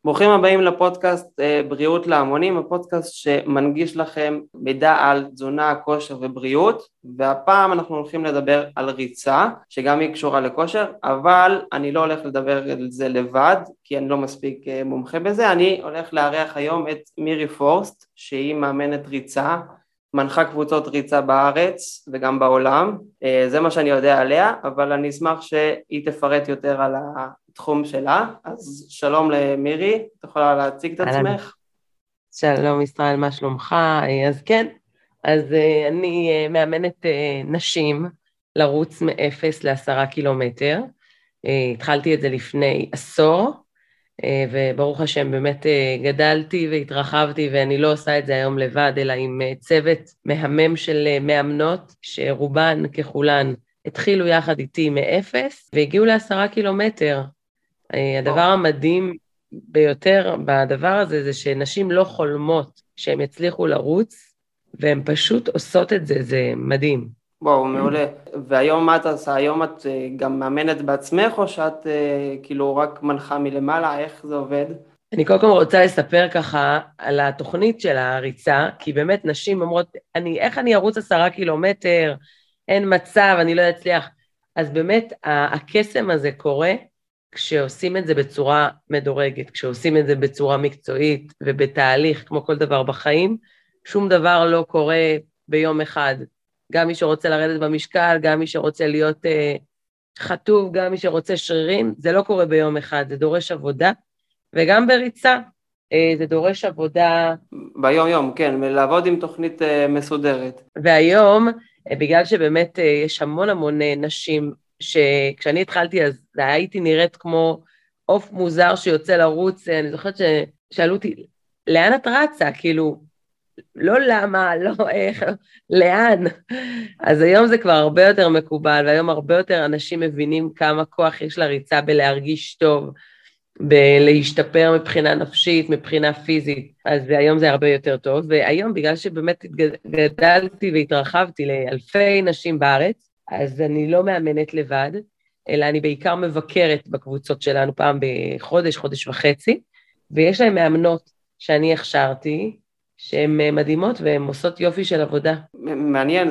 ברוכים הבאים לפודקאסט בריאות להמונים, הפודקאסט שמנגיש לכם מידע על תזונה, כושר ובריאות, והפעם אנחנו הולכים לדבר על ריצה, שגם היא קשורה לכושר, אבל אני לא הולך לדבר על זה לבד, כי אני לא מספיק מומחה בזה. אני הולך לארח היום את מירי פורסט, שהיא מאמנת ריצה, מנחה קבוצות ריצה בארץ וגם בעולם. זה מה שאני יודע עליה, אבל אני אשמח שהיא תפרט יותר על התחום שלה. אז שלום למירי, את יכולה להציג את עצמך? שלום ישראל, מה שלומך? אז כן, אני מאמנת נשים לרוץ מ-0 ל10 קילומטר. התחלתי את זה לפני עשור, וברוך השם באמת גדלתי והתרחבתי, ואני לא עושה את זה היום לבד, אלא עם צוות מהמם של מאמנות, שרובן ככולן התחילו יחד איתי מ-0, והגיעו ל10 קילומטר. הדבר המדהים ביותר בדבר הזה, זה שנשים לא חולמות שהם יצליחו לרוץ, והן פשוט עושות את זה, זה מדהים. וואו, מעולה. והיום מה את עושה? היום את גם מאמנת בעצמך, או שאת כאילו רק מנחה מלמעלה? איך זה עובד? אני קודם כל רוצה לספר ככה על התוכנית של הריצה, כי באמת נשים אומרות, איך אני ארוץ 10 קילומטר, אין מצב, אני לא אצליח. אז באמת הקסם הזה קורה כשעושים את זה בצורה מדורגת, כשעושים את זה בצורה מקצועית ובתהליך, כמו כל דבר בחיים, שום דבר לא קורה ביום אחד. גם מי שרוצה לרדת במשקל, גם מי שרוצה להיות חטוב, גם מי שרוצה שרירים, זה לא קורה ביום אחד, זה דורש עבודה, וגם בריצה, זה דורש עבודה. ביום יום, כן, לעבוד עם תוכנית מסודרת. והיום, בגלל שבאמת יש המון נשים, שכשאני התחלתי אז הייתי נראית כמו עוף מוזר שיוצא לרוץ, אני זוכרת ששאלו אותי, לאן את רצה? כאילו, לא למה, לא איך, לאן? אז היום זה כבר הרבה יותר מקובל, והיום הרבה יותר אנשים מבינים כמה כוח יש לריצה בלהרגיש טוב, בלהשתפר מבחינה נפשית, מבחינה פיזית, אז היום זה הרבה יותר טוב, והיום בגלל שבאמת גדלתי והתרחבתי לאלפי נשים בארץ, אז אני לא מאמנת לבד, אלא אני בעיקר מבקרת בקבוצות שלנו פעם בחודש, חודש וחצי, ויש להם מאמנות שאני הכשרתי, שהן מדהימות והן עושות יופי של עבודה. מעניין,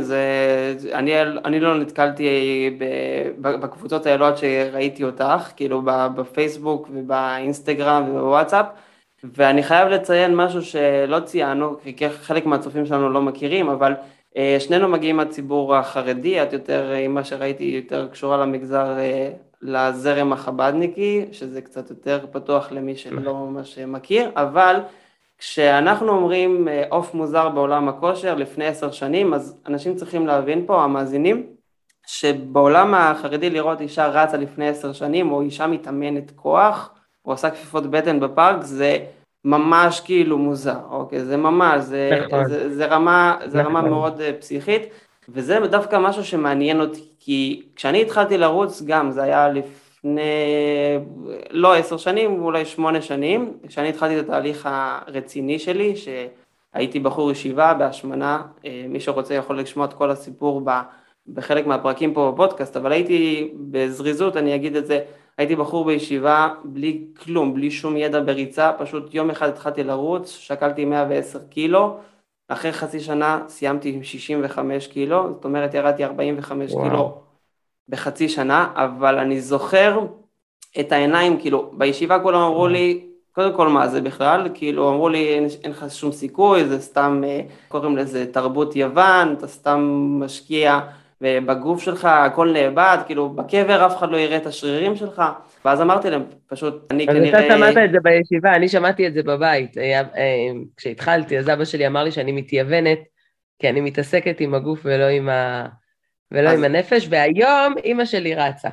אני לא נתקלתי בקבוצות האלו עד שראיתי אותך, כאילו בפייסבוק ובאינסטגרם ובוואטסאפ, ואני חייב לציין משהו שלא ציינו, כי חלק מהצופים שלנו לא מכירים, אבל שנינו מגיעים מהציבור החרדי, את יותר, מה שראיתי, יותר קשורה למגזר, לזרם החבדניקי, שזה קצת יותר פתוח למי שלא ממש מכיר, אבל כשאנחנו אומרים עוף מוזר בעולם הכושר לפני 10 שנים, אז אנשים צריכים להבין פה, המאזינים, שבעולם החרדי לראות אישה רצה לפני 10 שנים, או אישה מתאמנת כוח, או עושה כפיפות בטן בפארק, זה ממש כאילו מוזר, אוקיי? זה ממש, זה רמה מאוד פסיכית, וזה דווקא משהו שמעניין אותי, כי כשאני התחלתי לרוץ גם, זה היה לפני, לא 10 שנים, אולי 8 שנים, כשאני התחלתי את התהליך הרציני שלי, שהייתי בחור ישיבה בהשמנה, מי שרוצה יכול לשמוע את כל הסיפור בחלק מהפרקים פה בפודקאסט, אבל הייתי בזריזות, אני אגיד את זה, הייתי בחור בישיבה בלי כלום, בלי שום ידע בריצה, פשוט יום אחד התחלתי לרוץ, שקלתי 110 קילו, אחרי חצי שנה סיימתי עם 65 קילו, זאת אומרת ירדתי 45 קילו בחצי שנה, אבל אני זוכר את העיניים, כאילו בישיבה כולם אמרו לי, קודם כל מה זה בכלל, כאילו אמרו לי אין לך שום סיכוי, זה סתם, קוראים לזה תרבות יוון, אתה סתם משקיע בגוף שלך, הכל נאבד, כאילו בקבר אף אחד לא יראה את השרירים שלך, ואז אמרתי להם, פשוט אני כנראה... אז אתה שמעת את זה בישיבה, אני שמעתי את זה בבית, כשהתחלתי, אז אבא שלי אמר לי שאני מתייוונת, כי אני מתעסקת עם הגוף ולא עם הנפש, והיום אמא שלי רצה.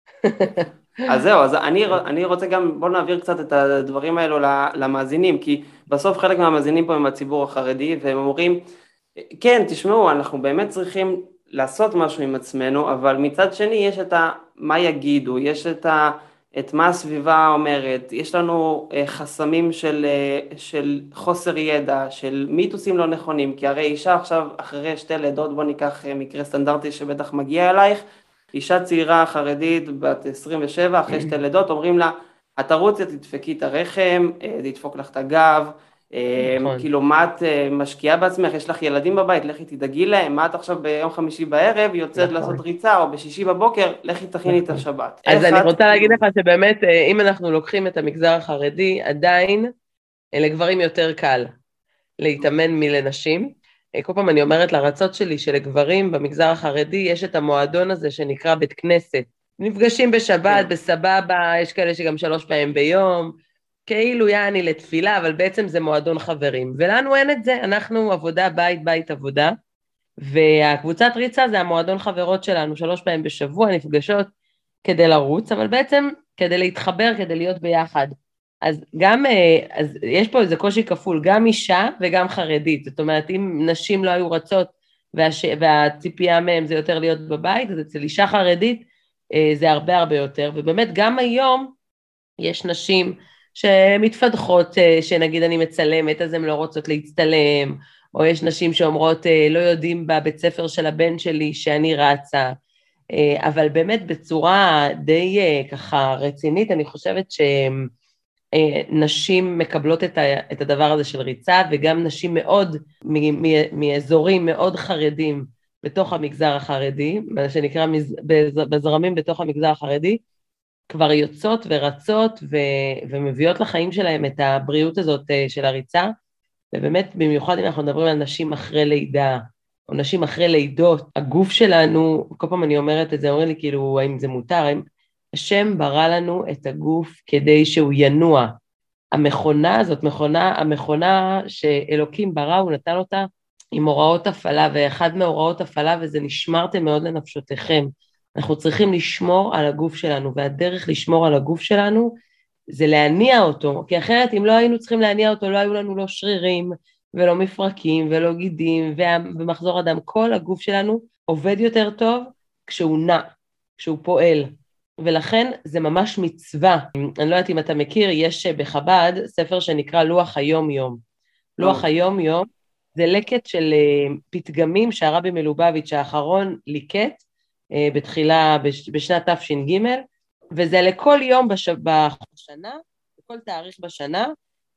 אז זהו, אז אני רוצה גם, בוא נעביר קצת את הדברים האלו למאזינים, כי בסוף חלק מהמאזינים פה הם הציבור החרדי, והם אומרים, כן, תשמעו, אנחנו באמת צריכים לעשות משהו עם עצמנו, אבל מצד שני יש את מה יגידו, יש את מה הסביבה אומרת, יש לנו חסמים של חוסר ידע, של מיתוסים לא נכונים, כי הרי אישה עכשיו אחרי 2 לידות, בוא ניקח מקרה סטנדרטי שבטח מגיע אלייך, אישה צעירה חרדית בת 27 אחרי 2 לידות, אומרים לה, את תרוצי, תדפקי את הרחם, זה ידפוק לך את הגב, נכון. כאילו מה את משקיעה בעצמך, יש לך ילדים בבית, לכי תדאגי להם, מה את עכשיו ביום חמישי בערב יוצאת לעשות נכון. ריצה, או בשישי בבוקר, לכי תכיני את נכון. השבת. אז איך אני את, רוצה להגיד כאילו, לך שבאמת, אם אנחנו לוקחים את המגזר החרדי, עדיין לגברים יותר קל להתאמן מלנשים. כל פעם אני אומרת לרצות שלי שלגברים במגזר החרדי יש את המועדון הזה שנקרא בית כנסת. נפגשים בשבת, כן, בסבבה, יש כאלה שגם 3 פעמים ביום, כאילו יעני לתפילה, אבל בעצם זה מועדון חברים. ולנו אין את זה, אנחנו עבודה, בית, בית, עבודה. והקבוצת ריצה זה המועדון חברות שלנו, 3 פעמים בשבוע, נפגשות כדי לרוץ, אבל בעצם כדי להתחבר, כדי להיות ביחד. אז גם, אז יש פה איזה קושי כפול, גם אישה וגם חרדית, זאת אומרת, אם נשים לא היו רצות, והציפייה מהם זה יותר להיות בבית, אז אצל אישה חרדית זה הרבה הרבה יותר, ובאמת גם היום יש נשים שמתפתחות, שנגיד אני מצלמת, אז הן לא רוצות להצטלם, או יש נשים שאומרות, לא יודעים בבית ספר של הבן שלי שאני רצה, אבל באמת בצורה די ככה רצינית, אני חושבת שנשים מקבלות את הדבר הזה של ריצה, וגם נשים מאוד, מאזורים מאוד חרדים בתוך המגזר החרדי, מה שנקרא בזרמים בתוך המגזר החרדי, כבר יוצאות ורצות ומביאות לחיים שלהם את הבריאות הזאת של הריצה, ובאמת במיוחד אם אנחנו מדברים על נשים אחרי לידה, או נשים אחרי לידות, הגוף שלנו, כל פעם אני אומרת את זה, אומרים לי כאילו, האם זה מותר, האם השם ברא לנו את הגוף כדי שהוא ינוע. המכונה הזאת, המכונה שאלוקים ברא, הוא נתן אותה עם הוראות הפעלה, ואחד מהוראות הפעלה, וזה נשמרתם מאוד לנפשותיכם. אנחנו צריכים לשמור על הגוף שלנו, והדרך לשמור על הגוף שלנו, זה להניע אותו, כי אחרת אם לא היינו צריכים להניע אותו, לא היו לנו לא שרירים, ולא מפרקים, ולא גידים, ומחזור אדם, כל הגוף שלנו עובד יותר טוב כשהוא נע, כשהוא פועל, ולכן זה ממש מצווה. אני לא יודעת אם אתה מכיר, יש בחב"ד ספר שנקרא לוח היום יום. לוח אוקיי. היום יום זה לקט של פתגמים שהרבי מלובביץ' האחרון ליקט בתחילה בשנת תש"ג, וזה לכל יום בשנה, בכל תאריך בשנה,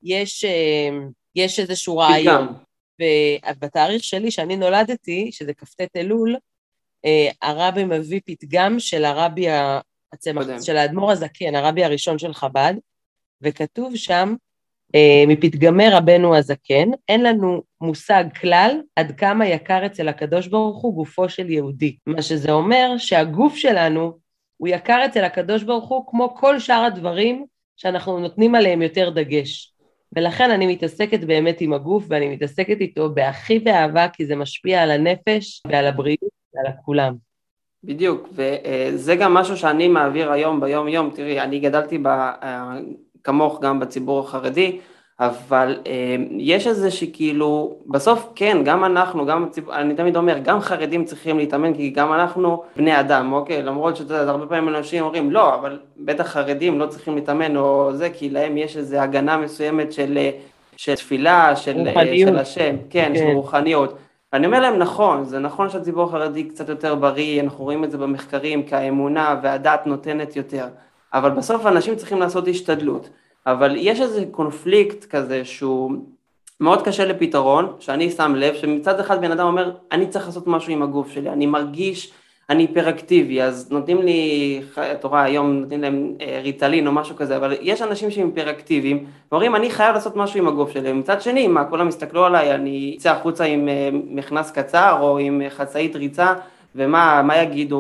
יש איזשהו פתגם. רעיון. ובתאריך שלי, שאני נולדתי, שזה כ"ט אלול, הרבי מביא פתגם של הרבי קודם. של האדמו"ר הזקן, הרבי הראשון של חב"ד, וכתוב שם, מפתגמי רבנו הזקן, אין לנו מושג כלל עד כמה יקר אצל הקדוש ברוך הוא גופו של יהודי. מה שזה אומר שהגוף שלנו הוא יקר אצל הקדוש ברוך הוא כמו כל שאר הדברים שאנחנו נותנים עליהם יותר דגש. ולכן אני מתעסקת באמת עם הגוף, ואני מתעסקת איתו בהכי באהבה, כי זה משפיע על הנפש ועל הבריאות ועל כולם. בדיוק, וזה גם משהו שאני מעביר היום ביום יום. תראי, אני גדלתי כמוך גם בציבור החרדי, אבל יש איזה שכאילו, בסוף כן, גם אנחנו, גם הציבור, אני תמיד אומר, גם חרדים צריכים להתאמן, כי גם אנחנו בני אדם, אוקיי? למרות שאתה יודע, הרבה פעמים אנשים אומרים, לא, אבל בטח חרדים לא צריכים להתאמן או זה, כי להם יש איזו הגנה מסוימת של תפילה, של רוחניות, השם, כן, של כן. רוחניות. אני אומר להם, נכון, זה נכון שהציבור החרדי קצת יותר בריא, אנחנו רואים את זה במחקרים, כי האמונה והדת נותנת יותר, אבל בסוף אנשים צריכים לעשות השתדלות. אבל יש איזה קונפליקט כזה שהוא מאוד קשה לפתרון, שאני שם לב, שמצד אחד בן אדם אומר, אני צריך לעשות משהו עם הגוף שלי, אני מרגיש, אני היפראקטיבי, אז נותנים לי, תורה היום נותנים להם ריטלין או משהו כזה, אבל יש אנשים שהם היפראקטיביים, ואומרים, אני חייב לעשות משהו עם הגוף שלי, ומצד שני, מה, כולם הסתכלו עליי, אני אצא החוצה עם מכנס קצר, או עם חצאית ריצה, ומה יגידו,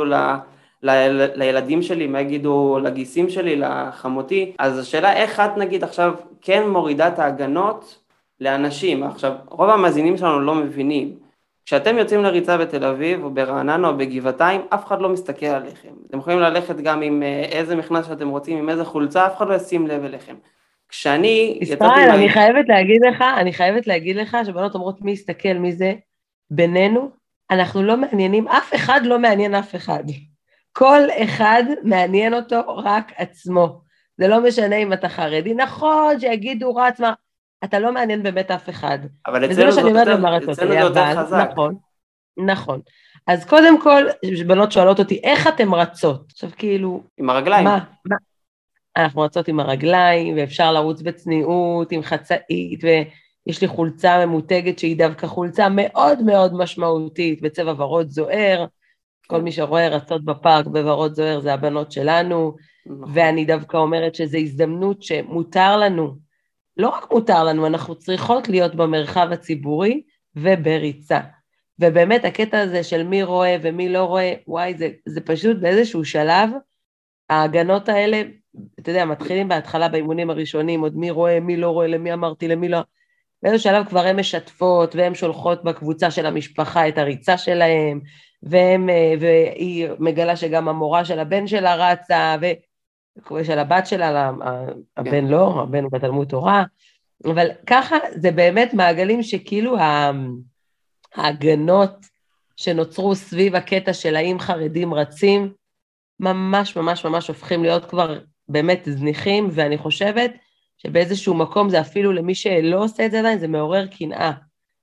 לילדים שלי, מה יגידו לגיסים שלי, לחמותי. אז השאלה איך את נגיד עכשיו כן מורידה את ההגנות לאנשים. עכשיו, רוב המאזינים שלנו לא מבינים. כשאתם יוצאים לריצה בתל אביב או ברעננה או בגבעתיים, אף אחד לא מסתכל עליכם. אתם יכולים ללכת גם עם איזה מכנס שאתם רוצים, עם איזה חולצה, אף אחד לא ישים לב אליכם. כשאני יצאתי ישראל, אני חייבת להגיד לך שבנות אומרות מי יסתכל, מי זה, בינינו, אנחנו לא מעניינים, אף אחד לא מעניין אף אחד. כל אחד מעניין אותו רק עצמו. זה לא משנה אם אתה חרדי, נכון שיגידו רץ מה, אתה לא מעניין באמת אף אחד. אבל וזה מה שאני אומרת במרצות אצלנו האלה, זה יותר אבל, חזק. נכון, נכון. אז קודם כל, בנות שואלות אותי, איך אתם רצות? עכשיו כאילו, עם הרגליים. מה? אנחנו רצות עם הרגליים, ואפשר לרוץ בצניעות, עם חצאית, ויש לי חולצה ממותגת שהיא דווקא חולצה מאוד מאוד משמעותית, בצבע ורוד זוהר, כן. כל מי שרואה רצות בפארק בוורוד זוהר זה הבנות שלנו, נכון. ואני דווקא אומרת שזו הזדמנות שמותר לנו, לא רק מותר לנו, אנחנו צריכות להיות במרחב הציבורי ובריצה. ובאמת הקטע הזה של מי רואה ומי לא רואה, וואי, זה פשוט באיזשהו שלב, ההגנות האלה, אתה יודע, מתחילים בהתחלה באימונים הראשונים, עוד מי רואה, מי לא רואה, למי אמרתי, למי לא, באיזשהו שלב כבר הן משתפות, והן שולחות בקבוצה של המשפחה את הריצה שלהם, והיא מגלה שגם המורה של הבן שלה רצה, ושל הבת שלה, הבן לא, הבן הוא בתלמוד תורה, אבל ככה זה באמת מעגלים שכאילו ההגנות שנוצרו סביב הקטע של האם חרדים רצים, ממש ממש ממש הופכים להיות כבר באמת זניחים, ואני חושבת שבאיזשהו מקום זה אפילו למי שלא עושה את זה עדיין, זה מעורר קנאה.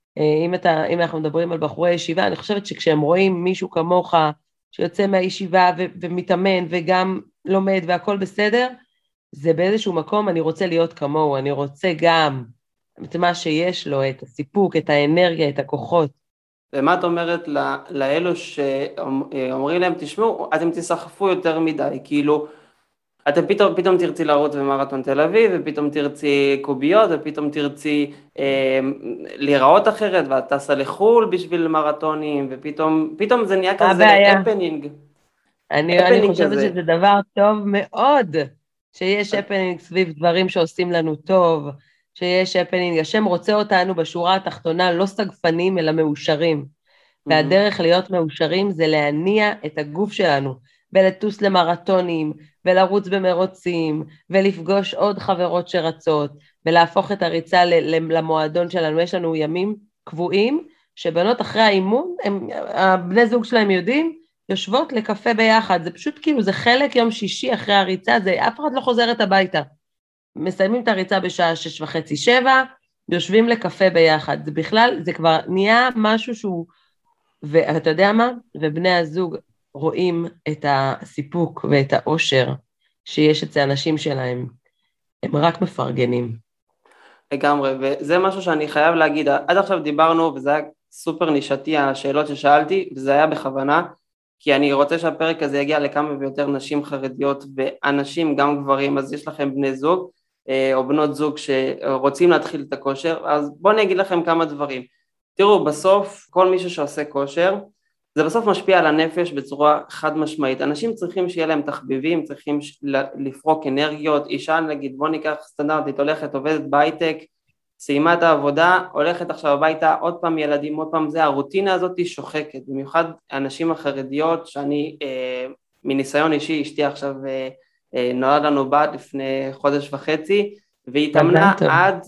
אם אנחנו מדברים על בחורי ישיבה, אני חושבת שכשהם רואים מישהו כמוך, שיוצא מהישיבה ומתאמן וגם לומד והכל בסדר, זה באיזשהו מקום אני רוצה להיות כמוהו, אני רוצה גם את מה שיש לו, את הסיפוק, את האנרגיה, את הכוחות. ומה את אומרת לאלו שאומרים להם, תשמעו, אתם תסחפו יותר מדי, כאילו, אתם פתאום תרצי לרוץ במרתון תל אביב, ופתאום תרצי קוביות, ופתאום תרצי להיראות אחרת, ואת טסה לחול בשביל מרתונים, ופתאום זה נהיה כזה הפנינג. אני חושבת שזה דבר טוב מאוד, שיש הפנינג סביב דברים שעושים לנו טוב, שיש הפנינג, השם רוצה אותנו בשורה התחתונה, לא סגפנים אלא מאושרים, והדרך להיות מאושרים זה להניע את הגוף שלנו, ולטוס למרתונים, ולרוץ במרוצים, ולפגוש עוד חברות שרצות, ולהפוך את הריצה למועדון שלנו. יש לנו ימים קבועים, שבנות אחרי האימון, הבני זוג שלהם יודעים, יושבות לקפה ביחד, זה פשוט כאילו, זה חלק יום שישי אחרי הריצה, זה אף אחד לא חוזרת הביתה. מסיימים את הריצה בשעה 6:30-7, יושבים לקפה ביחד, זה בכלל, זה כבר נהיה משהו שהוא, ואתה יודע מה? ובני הזוג רואים את הסיפוק ואת האושר שיש אצל האנשים שלהם, הם רק מפרגנים. לגמרי, וזה משהו שאני חייב להגיד, עד עכשיו דיברנו, וזה היה סופר נישתי, השאלות ששאלתי, וזה היה בכוונה, כי אני רוצה שהפרק הזה יגיע לכמה ויותר נשים חרדיות, ואנשים, גם גברים, אז יש לכם בני זוג, או בנות זוג שרוצים להתחיל את הכושר, אז בואו אני אגיד לכם כמה דברים. תראו, בסוף, כל מישהו שעושה כושר, זה בסוף משפיע על הנפש בצורה חד משמעית. אנשים צריכים שיהיה להם תחביבים, צריכים לפרוק אנרגיות. אישה, נגיד, בוא ניקח סטנדרטית, הולכת, עובדת בהייטק, סיימה את העבודה, הולכת עכשיו הביתה, עוד פעם ילדים, עוד פעם זה, הרוטינה הזאת היא שוחקת, במיוחד הנשים החרדיות, שאני מניסיון אישי, אשתי עכשיו נולד לנו בת לפני חודש וחצי, והיא תמנה עד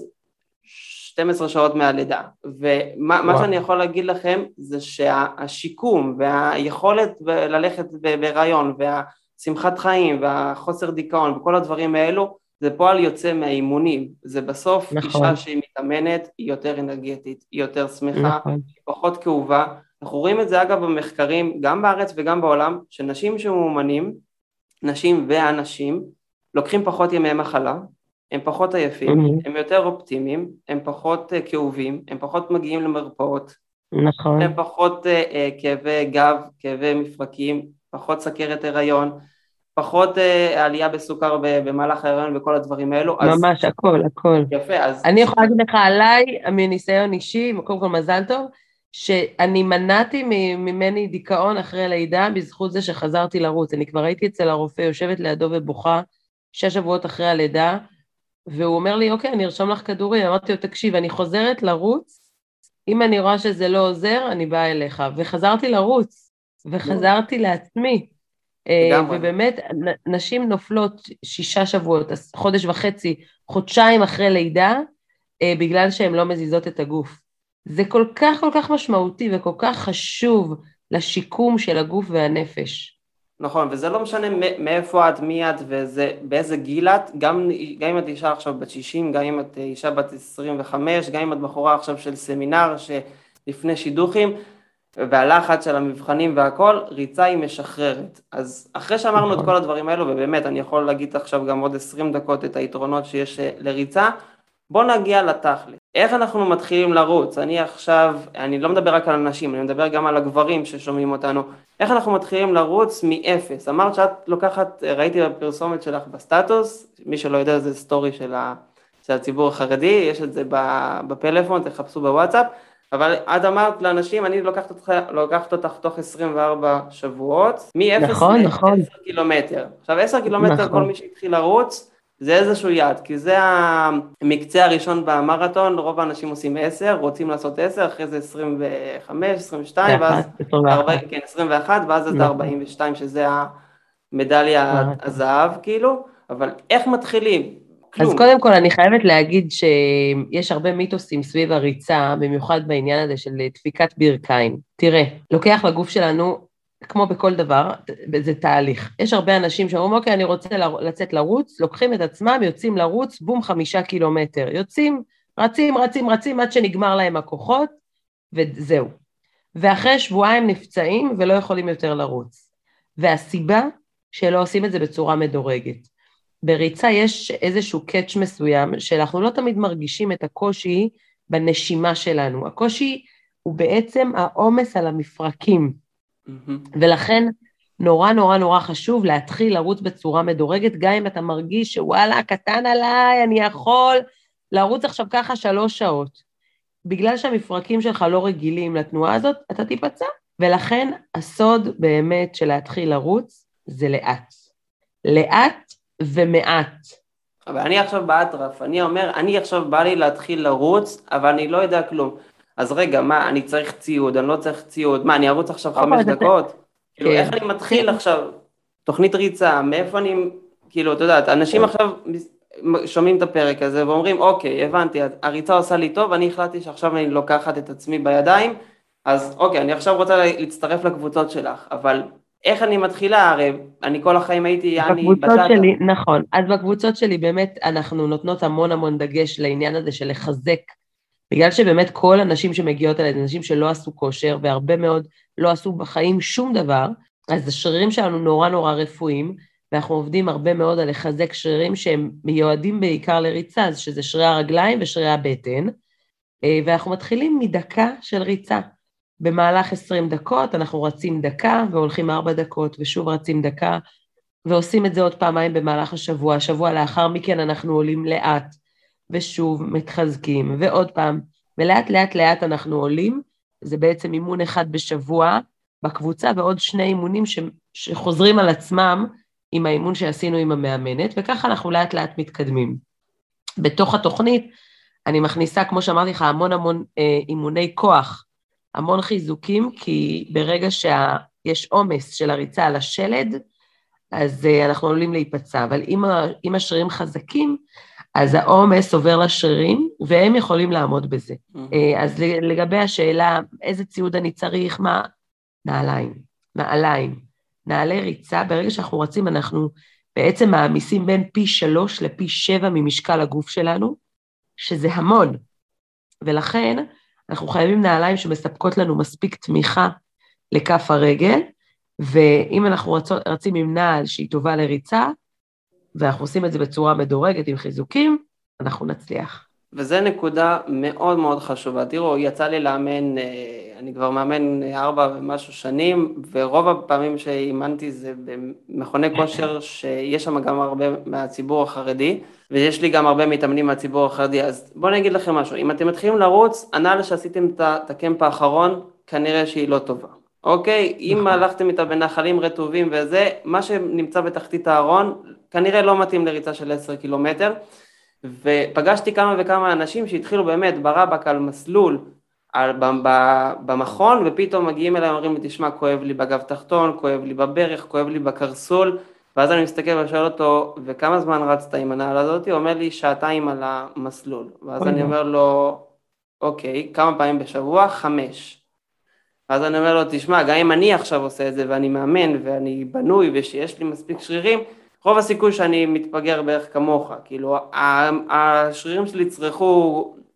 12 שעות מהלידה, ומה שאני יכול להגיד לכם זה שהשיקום והיכולת ללכת בהיריון והשמחת חיים והחוסר דיכאון וכל הדברים האלו, זה פועל יוצא מהאימונים, זה בסוף אישה שהיא מתאמנת, היא יותר אנרגטית, היא יותר שמחה, היא פחות כאובה, אנחנו רואים את זה אגב במחקרים גם בארץ וגם בעולם, שנשים שמאומנים, נשים ואנשים, לוקחים פחות ימי מחלה, הם פחות עייפים, הם יותר אופטימיים, הם פחות כאובים, הם פחות מגיעים למרפאות, נכון. הם פחות כאבי גב, כאבי מפרקים, פחות סכרת הריון, פחות עלייה בסוכר במהלך ההיריון וכל הדברים האלו. ממש, הכל. יפה, אז... אני יכולה להגיד לך עליי, מניסיון אישי, קודם כל מזל טוב, שאני מנעתי ממני דיכאון אחרי לידה, בזכות זה שחזרתי לרוץ. אני כבר הייתי אצל הרופא, יושבת לידו ובוכה, 6 שבועות אחרי הלידה, והוא אומר לי, אוקיי, אני ארשום לך כדורים, אמרתי לו, תקשיב, אני חוזרת לרוץ, אם אני רואה שזה לא עוזר, אני באה אליך, וחזרתי לרוץ, וחזרתי לעצמי, ובאמת, נשים נופלות 6 שבועות, חודש וחצי, חודשיים אחרי לידה, בגלל שהן לא מזיזות את הגוף. זה כל כך משמעותי, וכל כך חשוב לשיקום של הגוף והנפש. נכון, וזה לא משנה מאיפה את, מי את, ובאיזה גיל את, גם אם את אישה עכשיו בת 60, גם אם את אישה בת 25, גם אם את בחורה עכשיו של סמינר שלפני שידוכים, והלחץ של המבחנים והכל, ריצה היא משחררת. אז אחרי שאמרנו את נכון. כל הדברים האלו, ובאמת אני יכול להגיד עכשיו גם עוד 20 דקות את היתרונות שיש לריצה, בוא נגיע לתכל'ס. איך אנחנו מתחילים לרוץ? אני לא מדבר רק על אנשים, אני מדבר גם על הגברים ששומעים אותנו. איך אנחנו מתחילים לרוץ מאפס? אמרת שאת לוקחת, ראיתי בפרסומת שלך בסטטוס, מי שלא יודע זה סטורי של הציבור החרדי, יש את זה בפלאפון, תחפשו בוואטסאפ, אבל את אמרת לאנשים, אני לוקחת אותך תוך 24 שבועות, מ-0 נכון, נכון, ל-10 קילומטר. עכשיו 10 קילומטר כל נכון. מי שהתחיל לרוץ, זה איזשהו יעד, כי זה המקצה הראשון במרתון, רוב האנשים עושים 10, רוצים לעשות 10, אחרי זה 25, 22, ואז 21. 40, כן, 21, ואז את נכון. ה-42, שזה המדליה מרתון. הזהב, כאילו, אבל איך מתחילים? אז כלום. קודם כל אני חייבת להגיד שיש הרבה מיתוסים סביב הריצה, במיוחד בעניין הזה של דפיקת ברכיים. תראה, לוקח לגוף שלנו, כמו בכל דבר, זה תהליך. יש הרבה אנשים שאומרים, אוקיי, אני רוצה לצאת לרוץ, לוקחים את עצמם, יוצאים לרוץ, בום 5 קילומטר. יוצאים, רצים, רצים, רצים, עד שנגמר להם הכוחות, וזהו. ואחרי שבועיים נפצעים ולא יכולים יותר לרוץ. והסיבה שלא עושים את זה בצורה מדורגת. בריצה יש איזשהו קאץ' מסוים, שאנחנו לא תמיד מרגישים את הקושי בנשימה שלנו. הקושי הוא בעצם העומס על המפרקים, ולכן נורא נורא נורא חשוב להתחיל לרוץ בצורה מדורגת, גם אם אתה מרגיש שוואלה, קטן עליי, אני יכול לרוץ עכשיו ככה 3 שעות. בגלל שהמפרקים שלך לא רגילים לתנועה הזאת, אתה תיפצע. ולכן הסוד באמת של להתחיל לרוץ, זה לאט. לאט ומעט. אבל אני עכשיו באטרף, אני אומר, אני עכשיו בא לי להתחיל לרוץ, אבל אני לא יודע כלום. אז רגע, מה, אני צריך ציוד, אני לא צריך ציוד, מה, אני ארוץ עכשיו 5 דקות? כאילו, איך כן. אני מתחיל עכשיו תוכנית ריצה, מאיפה אני, כאילו, אתה יודע, אנשים עכשיו שומעים את הפרק הזה ואומרים, אוקיי, הבנתי, הריצה עושה לי טוב, אני החלטתי שעכשיו אני לוקחת את עצמי בידיים, אז אוקיי, אני עכשיו רוצה להצטרף לקבוצות שלך, אבל איך אני מתחילה? הרי אני כל החיים הייתי יעני בקבוצות בטטה. שלי, נכון, אז בקבוצות שלי באמת אנחנו נותנות המון המון דגש לעניין הזה של לחזק, בגלל שבאמת כל הנשים שמגיעות אליי, זה נשים שלא עשו כושר, והרבה מאוד לא עשו בחיים שום דבר, אז השרירים שלנו נורא נורא רפואיים, ואנחנו עובדים הרבה מאוד על לחזק שרירים שהם מיועדים בעיקר לריצה, אז שזה שרירי הרגליים ושרירי הבטן, ואנחנו מתחילים מדקה של ריצה. במהלך 20 דקות אנחנו רצים דקה, והולכים 4 דקות, ושוב רצים דקה, ועושים את זה עוד פעמיים במהלך השבוע. השבוע לאחר מכן אנחנו עולים לאט, ושוב מתחזקים, ועוד פעם, ולאט לאט לאט אנחנו עולים, זה בעצם אימון אחד בשבוע בקבוצה, ועוד 2 אימונים שחוזרים על עצמם עם האימון שעשינו עם המאמנת, וככה אנחנו לאט לאט מתקדמים. בתוך התוכנית אני מכניסה, כמו שאמרתי לך, המון המון אימוני כוח, המון חיזוקים, כי ברגע שיש עומס של הריצה על השלד, אז אנחנו עלולים להיפצע, אבל אם השרירים חזקים, אז העומס עובר לשרירים, והם יכולים לעמוד בזה. אז לגבי השאלה, איזה ציוד אני צריך, מה? נעליים, נעלי ריצה, ברגע שאנחנו רצים, אנחנו בעצם מעמיסים בין פי 3 לפי 7 ממשקל הגוף שלנו, שזה המון, ולכן אנחנו חייבים נעליים שמספקות לנו מספיק תמיכה לכף הרגל, ואם אנחנו רצים עם נעל שהיא טובה לריצה, ואנחנו עושים את זה בצורה מדורגת עם חיזוקים, אנחנו נצליח. וזה נקודה מאוד מאוד חשובה. תראו, יצא לי לאמן, אני כבר מאמן 4 ומשהו שנים, ורוב הפעמים שאימנתי זה במכוני כושר, שיש שם גם הרבה מהציבור החרדי, ויש לי גם הרבה מתאמנים מהציבור החרדי. אז בואו נגיד לכם משהו, אם אתם מתחילים לרוץ, הנעל שעשיתם את הקמפ האחרון, כנראה שהיא לא טובה. אוקיי? אם הלכתם איתה בנחלים רטובים וזה, מה שנמצא בתחתית הארון, כנראה לא מתאים לריצה של 10 קילומטר, ופגשתי כמה וכמה אנשים שהתחילו באמת ברבק על מסלול במכון, ופתאום מגיעים אליי ואומרים לי, תשמע, כואב לי בגב תחתון, כואב לי בברך, כואב לי בקרסול, ואז אני מסתכל ושואל אותו, וכמה זמן רצת עם הנעל הזאת? הוא אומר לי, 2 שעתיים על המסלול, ואז אני אומר לו, אוקיי, כמה פעמים בשבוע? 5. אז אני אומר לו, תשמע, גם אם אני עכשיו עושה את זה, ואני מאמן, ואני בנוי, ושיש לי מספיק שרירים, רוב הסיכוי שאני מתפגר בערך כמוך, כאילו, השרירים שלי צריכו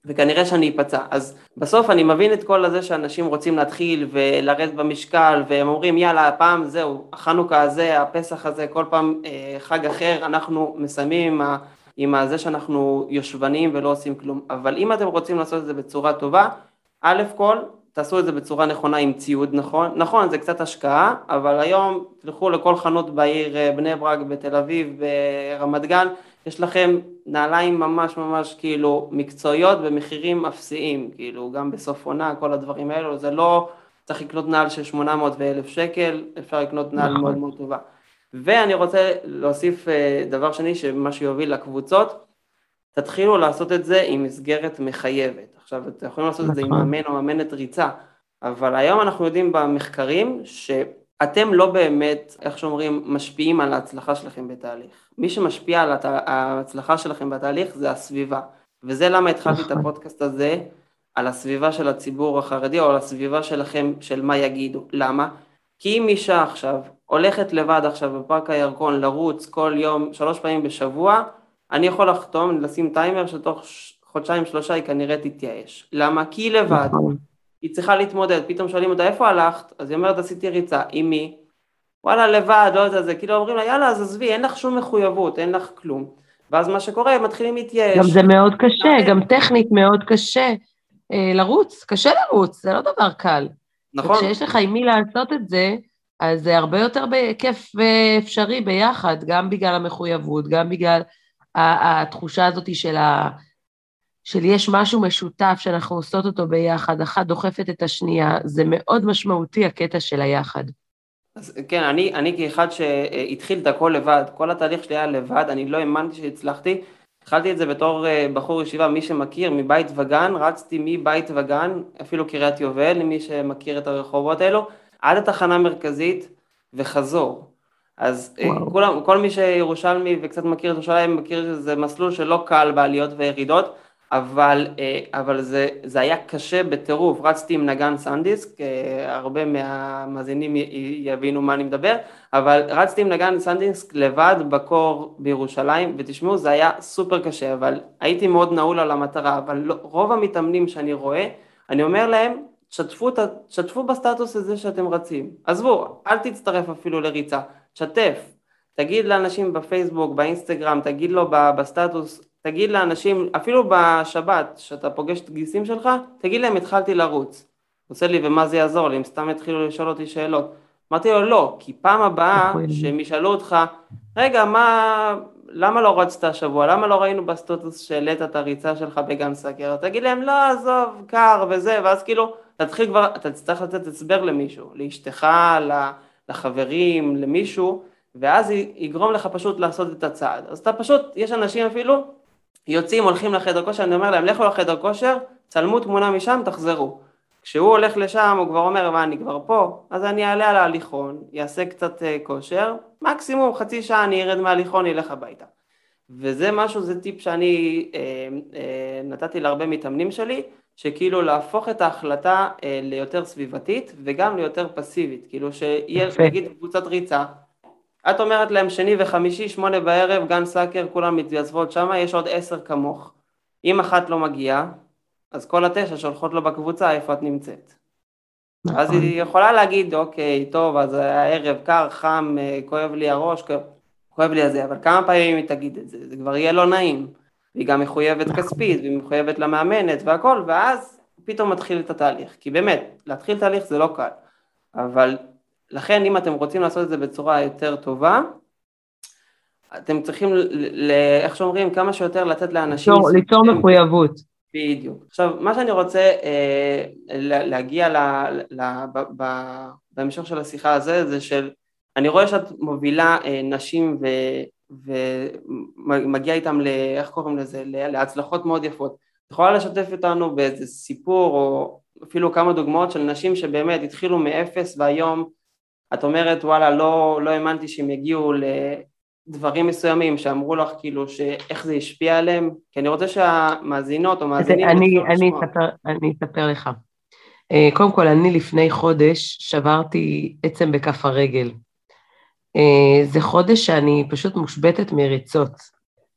וכנראה שאני אפצע. אז בסוף אני מבין את כל הזה שאנשים רוצים להתחיל ולרדת במשקל, והם אומרים יאללה, הפעם זהו, החנוכה הזה, הפסח הזה, כל פעם חג אחר, אנחנו מסיימים עם זה שאנחנו יושבנים ולא עושים כלום. אבל אם אתם רוצים לעשות את זה בצורה טובה, א' כל, תעשו את זה בצורה נכונה עם ציוד נכון. נכון, זה קצת השקעה, אבל היום תלכו לכל חנות בעיר בני ברק, בתל אביב, ברמת גן, יש לכם נעליים ממש ממש כאילו מקצועיות במחירים אפסיים, כאילו גם בסוף עונה, כל הדברים האלו, זה לא צריך לקנות נעל של 800 ו-1,000 שקל, אפשר לקנות נעל מאוד מאוד טובה. ואני רוצה להוסיף דבר שני, שמה שיוביל לקבוצות, תתחילו לעשות את זה עם מסגרת מחייבת. עכשיו, אתם יכולים לעשות את זה עם מאמן או מאמנת ריצה, אבל היום אנחנו יודעים במחקרים שאתם לא באמת, איך שאומרים, משפיעים על ההצלחה שלכם בתהליך. מי שמשפיע על ההצלחה שלכם בתהליך זה הסביבה, וזה למה התחלתי את הפודקאסט הזה, על הסביבה של הציבור החרדי, או על הסביבה שלכם, של מה יגידו. למה? כי אם אישה עכשיו הולכת לבד עכשיו בפארק הירקון לרוץ כל יום 3 פעמים בשבוע, אני יכול לחתום, לשים טיימר שתוך 2-3 היא כנראה תתייאש. למה? כי היא לבד, היא צריכה להתמודד, פתאום שואלים אותה איפה הלכת? אז היא אומרת עשיתי ריצה, עם מי? וואלה לבד, לא יודע זה, כאילו אומרים לה יאללה אז עזבי, אין לך שום מחויבות, אין לך כלום. ואז מה שקורה, מתחילים להתייאש. גם זה מאוד קשה, גם טכנית מאוד קשה לרוץ, קשה לרוץ, זה לא דבר קל. נכון. וכשיש לך עם מי לעשות את זה, אז זה הרבה יותר כיף ואפשרי ביחד, גם בגלל המחויבות, גם בגלל התחושה הזאת של יש משהו משותף שאנחנו עושות אותו ביחד, אחת דוחפת את השנייה, זה מאוד משמעותי הקטע של היחד. אז כן, אני כאחד שהתחיל את הכל לבד, כל התהליך שלי היה לבד, אני לא האמנתי שהצלחתי, התחלתי את זה בתור בחור ישיבה, מי שמכיר, מבית וגן, רצתי מבית וגן, אפילו קריית יובל, למי שמכיר את הרחובות האלו, עד התחנה המרכזית וחזור. אז כל מי שירושלמי וקצת מכיר את ירושלים, מכיר שזה מסלול שלא קל בעליות וירידות, אבל זה היה קשה בטירוף, רצתי עם נגן סנדיסק, הרבה מהמאזינים יבינו מה אני מדבר, אבל רצתי עם נגן סנדיסק לבד בקור בירושלים, ותשמעו זה היה סופר קשה, אבל הייתי מאוד נעול על המטרה, אבל רוב המתאמנים שאני רואה, אני אומר להם, שתפו בסטטוס הזה שאתם רצים, עזבו, אל תצטרף אפילו לריצה, שתף, תגיד לאנשים בפייסבוק, באינסטגרם, תגיד לו בסטטוס, תגיד לאנשים, אפילו בשבת, שאתה פוגש את גיסים שלך, תגיד להם, התחלתי לרוץ. עושה לי, ומה זה יעזור לי? אם סתם התחילו לשאול אותי שאלות. אמרתי לו, לא, כי פעם הבאה שהם ישאלו אותך, רגע, למה לא רצת השבוע? למה לא ראינו בסטטוס שהעלית את הריצה שלך בגן סאקר? תגיד להם, לא, עזוב, קר וזה, ואז כאילו, תתחיל כבר, אתה תצטרך לתת הסבר למישהו, לאשתך, לחברים, למישהו, ואז יגרום לך פשוט לעשות את הצעד. אז אתה פשוט, יש אנשים אפילו, יוצאים, הולכים לחדר כושר, אני אומר להם, לכו לחדר כושר, צלמו תמונה משם, תחזרו. כשהוא הולך לשם, הוא כבר אומר, מה, אני כבר פה? אז אני אעלה על ההליכון, יעשה קצת כושר, מקסימום חצי שעה אני ארד מההליכון, ילך הביתה. וזה משהו, זה טיפ שאני נתתי להרבה מתאמנים שלי, שכאילו להפוך את ההחלטה ליותר סביבתית, וגם ליותר פסיבית, כאילו שיהיה, נגיד, קבוצת ריצה, את אומרת להם שני וחמישי, 8 בערב, גן סאקר, כולם מתייצבות שם, יש עוד 10 כמוך. אם אחת לא מגיעה, אז כל 9 שולחות לו בקבוצה איפה את נמצאת. אז היא יכולה להגיד, אוקיי, טוב, אז הערב קר, חם, כואב לי הראש, כואב לי הזה, אבל כמה פעמים היא תגיד את זה? זה כבר יהיה לא נעים. והיא גם מחויבת כספית, והיא מחויבת למאמנת והכל, ואז פתאום מתחיל את התהליך. כי באמת, להתחיל תהליך זה לא קל. אבל לכן, אם אתם רוצים לעשות את זה בצורה יותר טובה, אתם צריכים, איך שאומרים, כמה שיותר לתת לאנשים... ליצור מחויבות. בדיוק. עכשיו, מה שאני רוצה להגיע בהמשך של השיחה הזה, זה של, אני רואה שאת מובילה נשים ומגיעה איתם, איך קוראים לזה, להצלחות מאוד יפות. את יכולה לשתף אותנו באיזה סיפור, או אפילו כמה דוגמאות של נשים שבאמת התחילו מאפס, והיום את אומרת, וואלה, לא האמנתי שהם יגיעו לדברים מסוימים, שאמרו לך כאילו שאיך זה השפיע עליהם, כי אני רוצה שהמאזינות או מאזינים... אני אספר לך. קודם כל, אני לפני חודש שברתי עצם בכף הרגל. זה חודש שאני פשוט מושבתת מריצות.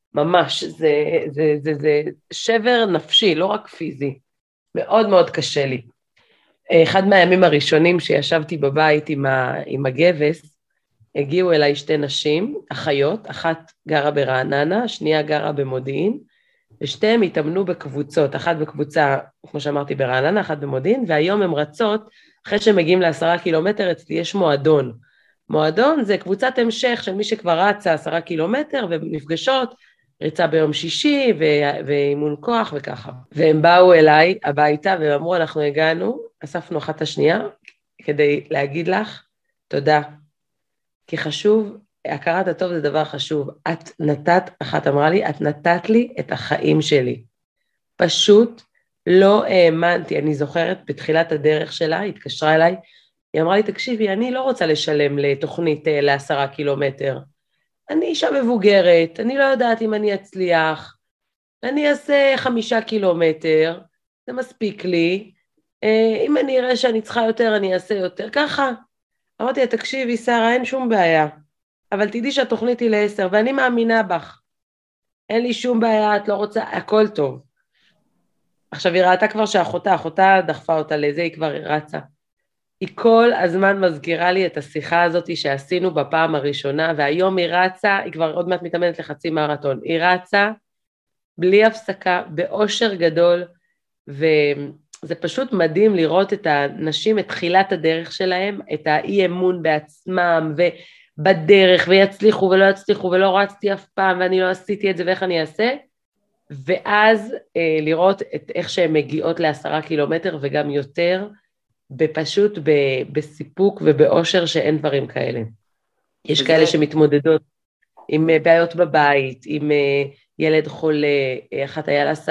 ממש, זה שבר נפשי, לא רק פיזי, מאוד מאוד קשה לי. אחד מהימים הראשונים שישבתי בבית עם הגבס, הגיעו אליי שתי נשים, אחיות, אחת גרה ברעננה, השנייה גרה במודיעין, ושתיהם התאמנו בקבוצות, אחת בקבוצה, כמו שאמרתי, ברעננה, אחת במודיעין, והיום הם רצות, אחרי שהם מגיעים ל10 קילומטר, אצלי יש מועדון. מועדון זה קבוצת המשך של מי שכבר רצה 10 קילומטר, ונפגשות, ריצה ביום שישי, ואימון כוח וככה. והם באו אליי הביתה, והם אמרו, אנחנו הגענו, אספנו אחת השנייה, כדי להגיד לך, תודה. כי חשוב, הכרת הטוב זה דבר חשוב. את נתת, אחת אמרה לי, את נתת לי את החיים שלי. פשוט לא האמנתי, אני זוכרת בתחילת הדרך שלה, היא התקשרה אליי, היא אמרה לי, תקשיבי, אני לא רוצה לשלם לתוכנית ל10 קילומטר. אני אישה מבוגרת, אני לא יודעת אם אני אצליח, אני אעשה 5 קילומטר, זה מספיק לי, אם אני אראה שאני צריכה יותר, אני אעשה יותר, ככה. אמרתי, תקשיבי, שרה, אין שום בעיה, אבל תדעי שהתוכנית היא ל10, ואני מאמינה בך. אין לי שום בעיה, את לא רוצה, הכל טוב. עכשיו, היא ראתה כבר אחותה דחפה אותה לזה, היא כבר רצה. היא כל הזמן מזכירה לי את השיחה הזאת שעשינו בפעם הראשונה, והיום היא רצה, היא כבר עוד מעט מתאמנת לחצי מרתון, היא רצה בלי הפסקה, באושר גדול, וזה פשוט מדהים לראות את הנשים, את תחילת הדרך שלהם, את האי אמון בעצמם, ובדרך, ויצליחו ולא יצליחו, ולא רצתי אף פעם, ואני לא עשיתי את זה, ואיך אני אעשה, ואז לראות איך שהן מגיעות ל10 קילומטר, וגם יותר, בפשוט בסיפוק ובאושר שאין דברים כאלה. יש כאלה שמתמודדות עם בעיות בבית, עם ילד חולה, אחת היה לה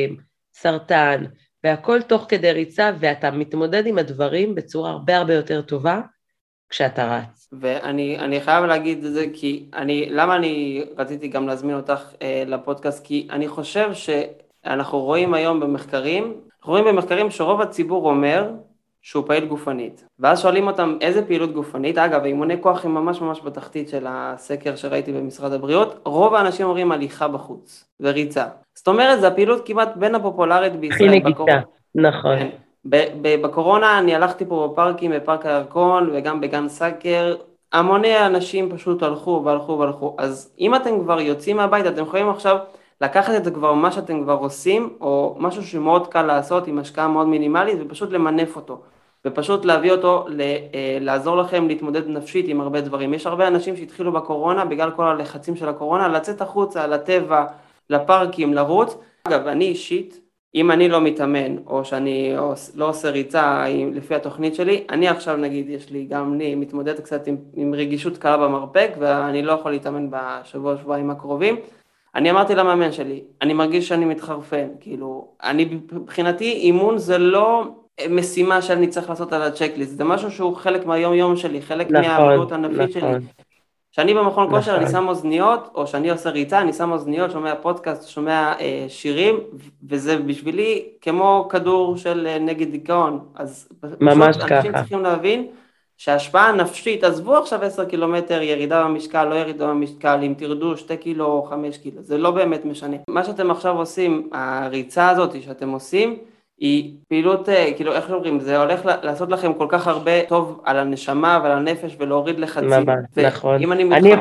סרטן, והכל תוך כדי ריצה, ואתה מתמודד עם הדברים בצורה הרבה יותר טובה כשאתה רץ. ואני חייב להגיד את זה, כי למה אני רציתי גם להזמין אותך לפודקאסט, כי אני חושב שאנחנו רואים היום במחקרים שרוב הציבור אומר שהוא פעיל גופנית, ואז שואלים אותם איזה פעילות גופנית, אגב, אימוני כוח הם ממש ממש בתחתית של הסקר שראיתי במשרד הבריאות, רוב האנשים אומרים הליכה בחוץ וריצה, זאת אומרת, זו הפעילות כמעט בין הפופולרית בישראל. הכי נגישה, נכון. כן. בקורונה אני הלכתי פה בפארקים, בפארק הירקון וגם בגן סאקר, המוני אנשים פשוט הלכו, אז אם אתם כבר יוצאים מהבית, אתם יכולים עכשיו לקחת את זה כבר מה שאתם כבר עושים, או משהו שמאוד קל לעשות עם השקעה מאוד מינימלית, ופשוט למנף אותו, ופשוט להביא אותו, לעזור לכם להתמודד נפשית עם הרבה דברים. יש הרבה אנשים שהתחילו בקורונה, בגלל כל הלחצים של הקורונה, לצאת החוצה, לטבע, לפארקים, לרוץ. אגב, אני אישית, אם אני לא מתאמן, או שאני לא עושה ריצה לפי התוכנית שלי, אני עכשיו נגיד, אני מתמודד קצת עם רגישות קלה במרפק, ואני לא יכול להתאמן בשבוע-שבועיים הקרובים. אני אמרתי למאמן שלי, אני מרגיש שאני מתחרפן, כאילו, מבחינתי אימון זה לא משימה שאני צריך לעשות על הצ'קליסט, זה משהו שהוא חלק מהיום יום שלי, חלק מהבריאות הנפשית שלי. שאני במכון כושר, אני שם אוזניות, או שאני עושה ריצה, אני שם אוזניות, שומע פודקאסט, שומע שירים, וזה בשבילי כמו כדור של נגד דיכאון. אז ממש פשוט ככה. אנשים צריכים להבין שההשפעה הנפשית, עזבו עכשיו 10 קילומטר, ירידה במשקל, לא ירידה במשקל, אם תרדו 2 קילו או 5 קילו, זה לא באמת משנה. מה שאתם עכשיו עושים, הריצה הזאת שאתם עושים, היא פעילות, כאילו איך אומרים, זה הולך לעשות לכם כל כך הרבה טוב על הנשמה ועל הנפש ולהוריד לחצים. נכון. אני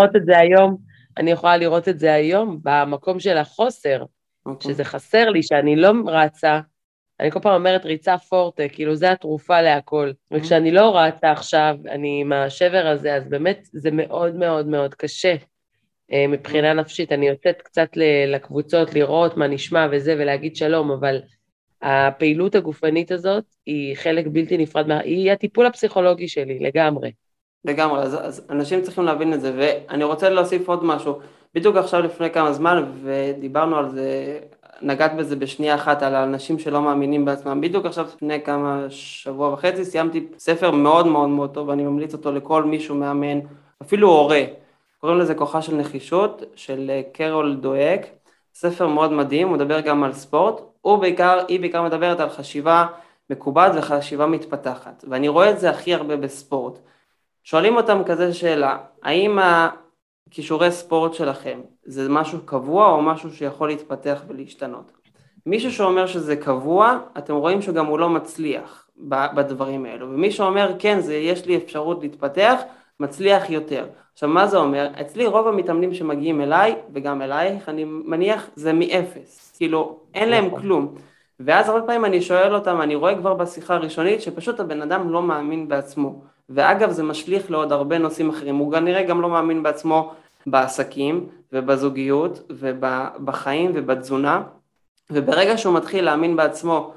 יכולה לראות את זה היום במקום של החוסר, שזה חסר לי, שאני לא רצה, אני כל פעם אומרת ריצה פורטה, כאילו זה התרופה להכל, וכשאני לא רצה עכשיו, אני עם השבר הזה, אז באמת זה מאוד מאוד מאוד קשה, מבחינה נפשית, אני יוצאת קצת לקבוצות, לראות מה נשמע וזה, ולהגיד שלום, אבל הפעילות הגופנית הזאת היא חלק בלתי נפרד, היא הטיפול הפסיכולוגי שלי, לגמרי. לגמרי, אז אנשים צריכים להבין את זה, ואני רוצה להוסיף עוד משהו, בדיוק עכשיו לפני כמה זמן, ודיברנו על זה, נגעת בזה בשנייה אחת, על האנשים שלא מאמינים בעצמם, בדיוק עכשיו לפני כמה שבוע וחצי, סיימתי ספר מאוד מאוד מאוד טוב, ואני ממליץ אותו לכל מישהו מאמן, אפילו הורה, קוראים לזה כוחה של נחישות, של קרול דואק, ספר מאוד מדהים, הוא מדבר גם על ספורט, היא בעיקר מדברת על חשיבה מקובעת וחשיבה מתפתחת, ואני רואה את זה הכי הרבה בספורט. שואלים אותם כזה שאלה, האם כישורי ספורט שלכם, זה משהו קבוע או משהו שיכול להתפתח ולהשתנות? מישהו שאומר שזה קבוע, אתם רואים שגם הוא לא מצליח בדברים האלו, ומי שאומר כן, יש לי אפשרות להתפתח, מצליח יותר. עכשיו מה זה אומר? אצלי רוב המתאמנים שמגיעים אליי, וגם אלייך, אני מניח, זה מאפס, כאילו אין להם נכון. כלום. ואז הרבה פעמים אני שואל אותם, אני רואה כבר בשיחה הראשונית, שפשוט הבן אדם לא מאמין בעצמו. ואגב זה משליך לעוד הרבה נושאים אחרים, הוא כנראה גם לא מאמין בעצמו בעסקים ובזוגיות ובחיים ובתזונה, וברגע שהוא מתחיל להאמין בעצמו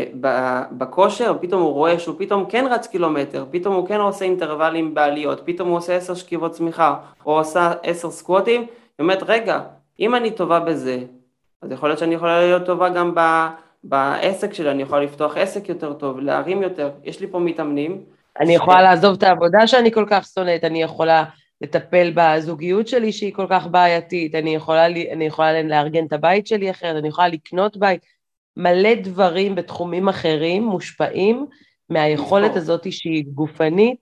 בכושר, פתאום הוא רואה שהוא פתאום כן רץ קילומטר, פתאום הוא כן עושה אינטרוולים בעליות, פתאום הוא עושה 10 שכיבות צמיחה, או עושה 10 סקווטים, באמת רגע, אם אני טובה בזה, אז יכול להיות שאני יכולה להיות טובה גם בעסק שלי, אני יכולה לפתוח עסק יותר טוב, להרים יותר, יש לי פה מתאמנים, אני יכולה לעזוב את העבודה שאני כל כך שונאת, אני יכולה לטפל בזוגיות שלי שהיא כל כך בעייתית, אני יכולה לארגן את הבית שלי אחרת, אני יכולה לקנות בית, מלא דברים בתחומים אחרים מושפעים מהיכולת לבחור. הזאת שהיא גופנית,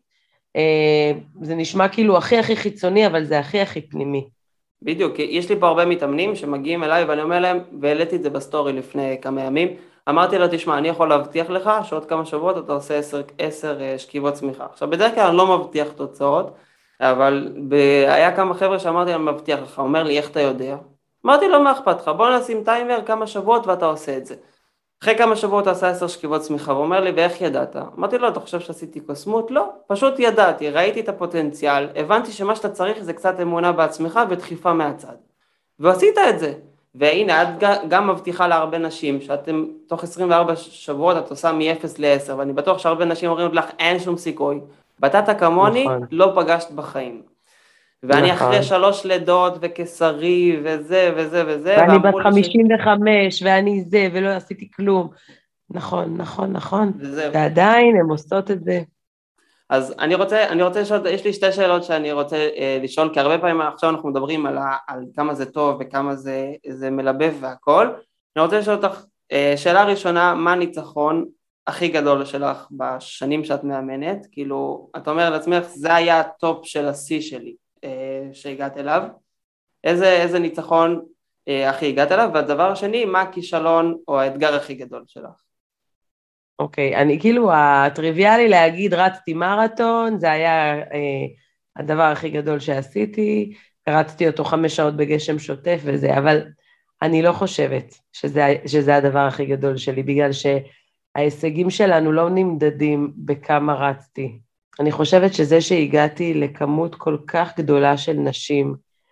זה נשמע כאילו הכי הכי חיצוני, אבל זה הכי הכי פנימי. בדיוק, יש לי פה הרבה מתאמנים שמגיעים אליי ואני אומר להם, והעליתי את זה בסטורי לפני כמה ימים, אמרתי לו, תשמע, אני יכול להבטיח לך שעוד כמה שבועות אתה עושה 10 שכיבות צמיחה. עכשיו, בדרך כלל אני לא מבטיח תוצאות, אבל היה כמה חבר'ה שאמרתי להם, מבטיח לך, אומר לי, איך אתה יודע? אמרתי לו, מה אכפת לך? בוא נשים טיימר כמה שבועות ואתה עושה את זה. אחרי כמה שבועות הוא עשה 10 שכיבות צמיחה, הוא אומר לי, ואיך ידעת? אמרתי לו, אתה חושב שעשיתי קוסמות? לא, פשוט ידעתי, ראיתי את הפוטנציאל, הבנתי שמה שאתה צריך זה קצת אמונה בעצמך ודחיפה מהצד. ועשית את זה. והנה, את גם מבטיחה להרבה נשים, שאתם תוך 24 שבועות את עושה מ-0 ל-10, ואני בטוח שהרבה נשים אומרים לך, אין שום סיכוי. בטטה כמוני, נכון, לא פגשת בחיים. ואני אחרי נכון. 3 לידות וקיסרי וזה וזה וזה, ואני בת ואמרו לי 55, ואני זה, ולא עשיתי כלום. נכון, נכון, נכון. וזהו. ועדיין הן עושות את זה. אז אני רוצה לשאול, יש לי שתי שאלות שאני רוצה לשאול, כי הרבה פעמים עכשיו אנחנו מדברים על כמה זה טוב וכמה זה מלבב והכל. אני רוצה לשאול אותך, שאלה ראשונה, מה הניצחון הכי גדול שלך בשנים שאת מאמנת? כאילו, את אומרת לעצמך, זה היה הטופ של השיא שלי שהגעת אליו. איזה ניצחון הכי הגעת אליו? והדבר השני, מה הכישלון או האתגר הכי גדול שלך? אוקיי, אני כאילו, הטריוויאלי להגיד רצתי מרתון, זה היה הדבר הכי גדול שעשיתי, רצתי אותו 5 שעות בגשם שוטף וזה, אבל אני לא חושבת שזה הדבר הכי גדול שלי, בגלל שההישגים שלנו לא נמדדים בכמה רצתי. אני חושבת שזה שהגעתי לכמות כל כך גדולה של נשים,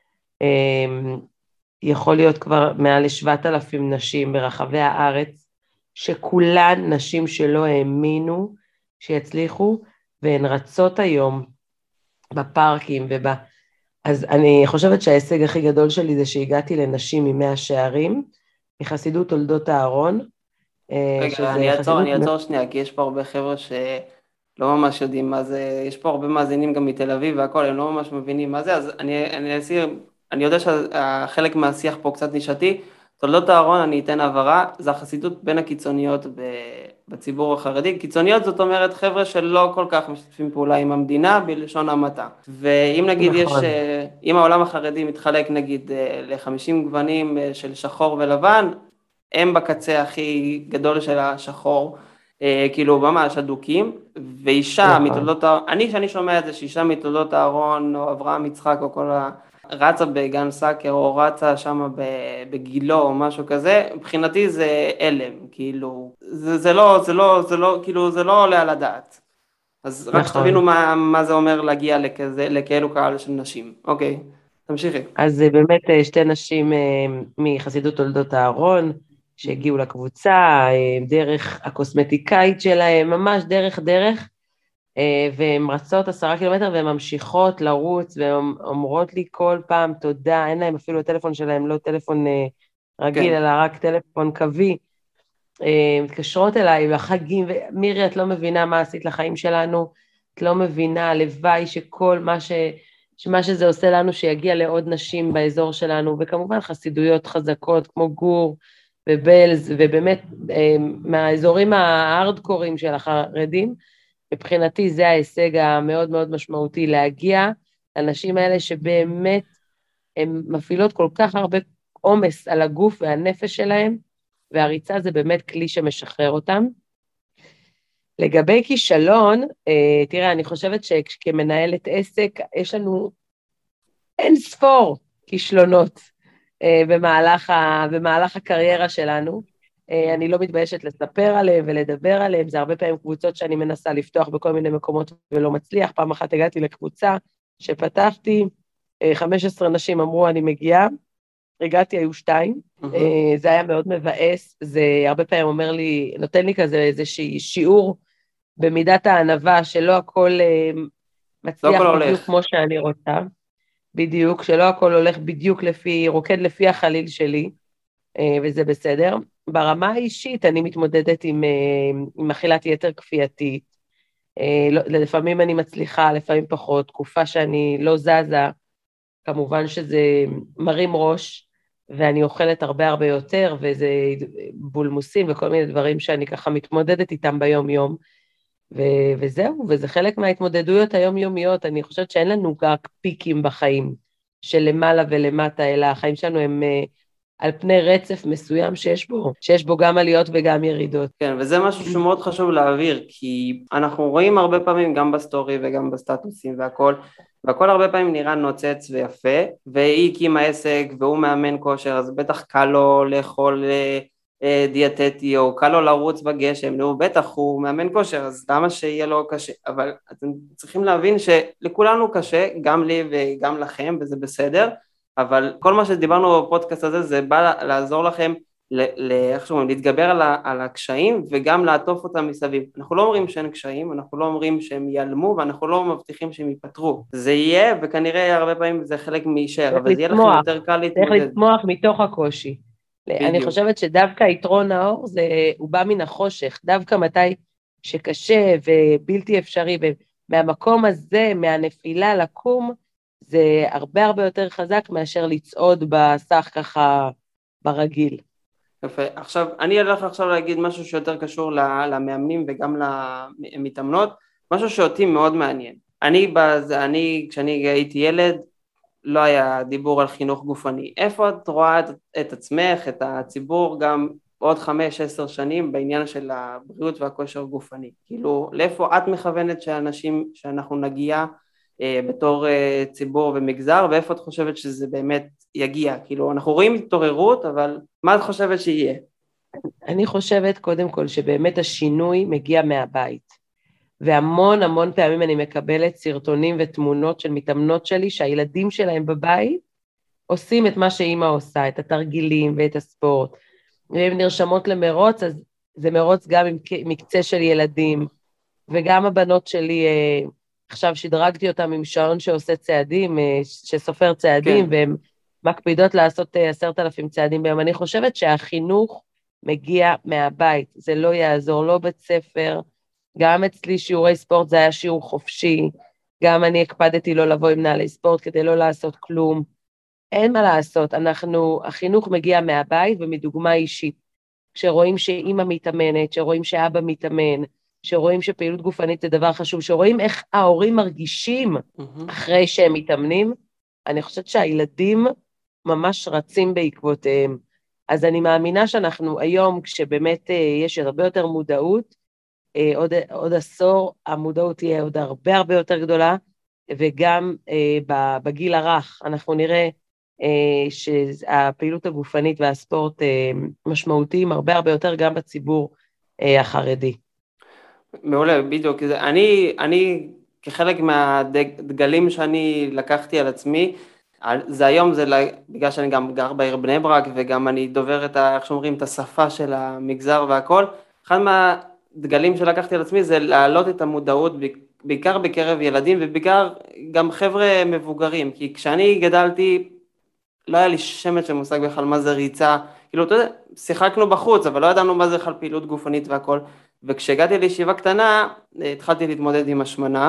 יכול להיות כבר מעל 7,000 נשים ברחבי הארץ, שכולן נשים שלא האמינו שיצליחו, והן רצות היום בפארקים אז אני חושבת שההישג הכי גדול שלי זה שהגעתי לנשים מ100 שערים, מחסידות תולדות אהרון, רגע, שזה חסידות... אני אעצור שנייה, כי יש פה הרבה חבר'ה שלא ממש יודעים מה זה, יש פה הרבה מאזינים גם מתל אביב והכל, הם לא ממש מבינים מה זה, אז אני אסיר, אני יודע שחלק מהשיח פה קצת נישתי, תולדות אהרון, אני אתן הבהרה, זה החסידות בין הקיצוניות בציבור החרדי, קיצוניות זאת אומרת חבר'ה שלא כל כך משתפים פעולה עם המדינה בלשון המעטה, ואם נגיד נכון, אם העולם החרדי מתחלק נגיד ל50 גוונים של שחור ולבן, הם בקצה הכי גדול של השחור, כאילו ממש אדוקים, ואישה נכון, מתולדות, שאני שומע את זה שאישה מתולדות אהרון או אברהם יצחק או כל רצה בגן סאקר או רצה שם בגילו או משהו כזה, מבחינתי זה אלם, כאילו, זה לא, כאילו, זה לא עולה על הדעת. אז רק שתבינו נכון. מה זה אומר להגיע לכאלו קהל של נשים. אוקיי, תמשיכי. אז זה באמת שתי נשים מחסידות תולדות אהרון, שהגיעו לקבוצה, דרך הקוסמטיקאית שלהם, ממש דרך, והן רצות 10 קילומטר והן ממשיכות לרוץ, והן אומרות לי כל פעם תודה, אין להם אפילו הטלפון שלהם, לא טלפון רגיל, כן. אלא רק טלפון קווי, מתקשרות אליי בחגים, ומירי, את לא מבינה מה עשית לחיים שלנו, את לא מבינה, הלוואי שכל מה שזה עושה לנו, שיגיע לעוד נשים באזור שלנו, וכמובן חסידויות חזקות, כמו גור ובלז, ובאמת מהאזורים הארדקורים של החרדים, מבחינתי זה ההישג המאוד מאוד משמעותי, להגיע לנשים האלה שבאמת הן מפעילות כל כך הרבה עומס על הגוף והנפש שלהם, והריצה זה באמת כלי שמשחרר אותם. לגבי כישלון, תראה, אני חושבת שכמנהלת עסק, יש לנו אין ספור כישלונות במהלך הקריירה שלנו. אני לא מתביישת לספר עליהם ולדבר עליהם, זה הרבה פעמים קבוצות שאני מנסה לפתוח בכל מיני מקומות ולא מצליח. פעם אחת הגעתי לקבוצה שפתחתי, 15 נשים אמרו אני מגיעה, הגעתי, היו 2, זה היה מאוד מבאס, זה הרבה פעמים אומר לי, נותן לי כזה איזושהי שיעור במידת הענווה, שלא הכל מצליח לא בדיוק הולך. כמו שאני רוצה, בדיוק, שלא הכל הולך בדיוק רוקד לפי החליל שלי, וזה בסדר. ברמה האישית אני מתמודדת עם אכילת יתר כפייתית, לפעמים אני מצליחה, לפעמים פחות, תקופה שאני לא זזה, כמובן שזה מרים ראש, ואני אוכלת הרבה יותר, וזה בולמוסים וכל מיני דברים שאני ככה מתמודדת איתם ביום יום, וזהו, וזה חלק מההתמודדויות היומיומיות. אני חושבת שאין לנו רק פיקים בחיים, של למעלה ולמטה, אלא החיים שלנו הם על פני רצף מסוים שיש בו גם עליות וגם ירידות. כן, וזה משהו שמאוד חשוב להעביר, כי אנחנו רואים הרבה פעמים גם בסטורי וגם בסטטוסים והכל הרבה פעמים נראה נוצץ ויפה, והיא הקימה עסק והוא מאמן כושר, אז בטח קל לו לאכול דיאטטי, או קל לו לרוץ בגשם, נו, בטח הוא מאמן כושר, אז למה שיהיה לו קשה? אבל אתם צריכים להבין שלכולנו קשה, גם לי וגם לכם, וזה בסדר, אבל כל מה שדיברנו בפודקאסט הזה, זה בא לעזור לכם איך שאומרים, להתגבר על הקשיים וגם לעטוף אותם מסביב. אנחנו לא אומרים שאין קשיים, אנחנו לא אומרים שהם ייעלמו, ואנחנו לא מבטיחים שהם ייפטרו. זה יהיה, וכנראה הרבה פעמים זה חלק מיישאר, אבל זה יהיה לכם יותר קל להתמודד. צריך לצמוח מתוך הקושי. אני חושבת שדווקא יתרון האור, הוא בא מן החושך, דווקא מתי שקשה ובלתי אפשרי, ומהמקום הזה, מהנפילה לקום, זה הרבה יותר חזק מאשר לצעוד בסך ככה ברגיל. יפה. עכשיו, אני אלך עכשיו להגיד משהו שיותר קשור למאמנים וגם למתאמנות, משהו שאותי מאוד מעניין. כשאני הייתי ילד, לא היה דיבור על חינוך גופני. איפה את רואה את עצמך, את הציבור, גם עוד 5-10 שנים בעניין של הבריאות והכושר גופני? כאילו, לאיפה את מכוונת שאנחנו נגיע בתור ציבור ומגזר, ואיפה את חושבת שזה באמת יגיע? כאילו, אנחנו רואים התעוררות, אבל מה את חושבת שיהיה? אני חושבת קודם כל שבאמת השינוי מגיע מהבית, והמון פעמים אני מקבלת סרטונים ותמונות של מתאמנות שלי, שהילדים שלהם בבית עושים את מה שאימא עושה, את התרגילים ואת הספורט, והן נרשמות למרוץ, אז זה מרוץ גם עם מקצה של ילדים, וגם הבנות שלי, עכשיו שדרגתי אותם עם שעון שעושה צעדים, שסופר צעדים, כן. והן מקפידות לעשות 10,000 צעדים ביום. אני חושבת שהחינוך מגיע מהבית, זה לא יעזור, לא בית ספר, גם אצלי שיעורי ספורט זה היה שיעור חופשי, גם אני הקפדתי לא לבוא עם נעלי ספורט כדי לא לעשות כלום, אין מה לעשות, החינוך מגיע מהבית ומדוגמה אישית, שרואים שאמא מתאמנת, שרואים שאבא מתאמן, שרואים שפעילות גופנית זה דבר חשוב, שרואים איך ההורים מרגישים אחרי שהם מתאמנים, אני חושבת שהילדים ממש רצים בעקבותיהם, אז אני מאמינה שאנחנו היום, כשבאמת יש הרבה יותר מודעות, עוד עשור המודעות תהיה עוד הרבה יותר גדולה, וגם בגיל הרך אנחנו נראה שהפעילות הגופנית והספורט משמעותיים הרבה יותר גם בציבור החרדי. מעולה, בדיוק. אני כחלק מהדגלים שאני לקחתי על עצמי, זה היום, בגלל שאני גם גר בעיר בני ברק, וגם אני דובר איך שאומרים, את השפה של המגזר והכל, אחד מהדגלים שלקחתי על עצמי זה להעלות את המודעות, בעיקר בקרב ילדים, ובעיקר גם חבר'ה מבוגרים, כי כשאני גדלתי, לא היה לי שמץ של מושג בכלל מה זה ריצה, כאילו, אתה יודע, שיחקנו בחוץ, אבל לא ידענו מה זה בכלל פעילות גופנית והכל, וכשהגעתי לישיבה קטנה, התחלתי להתמודד עם השמנה,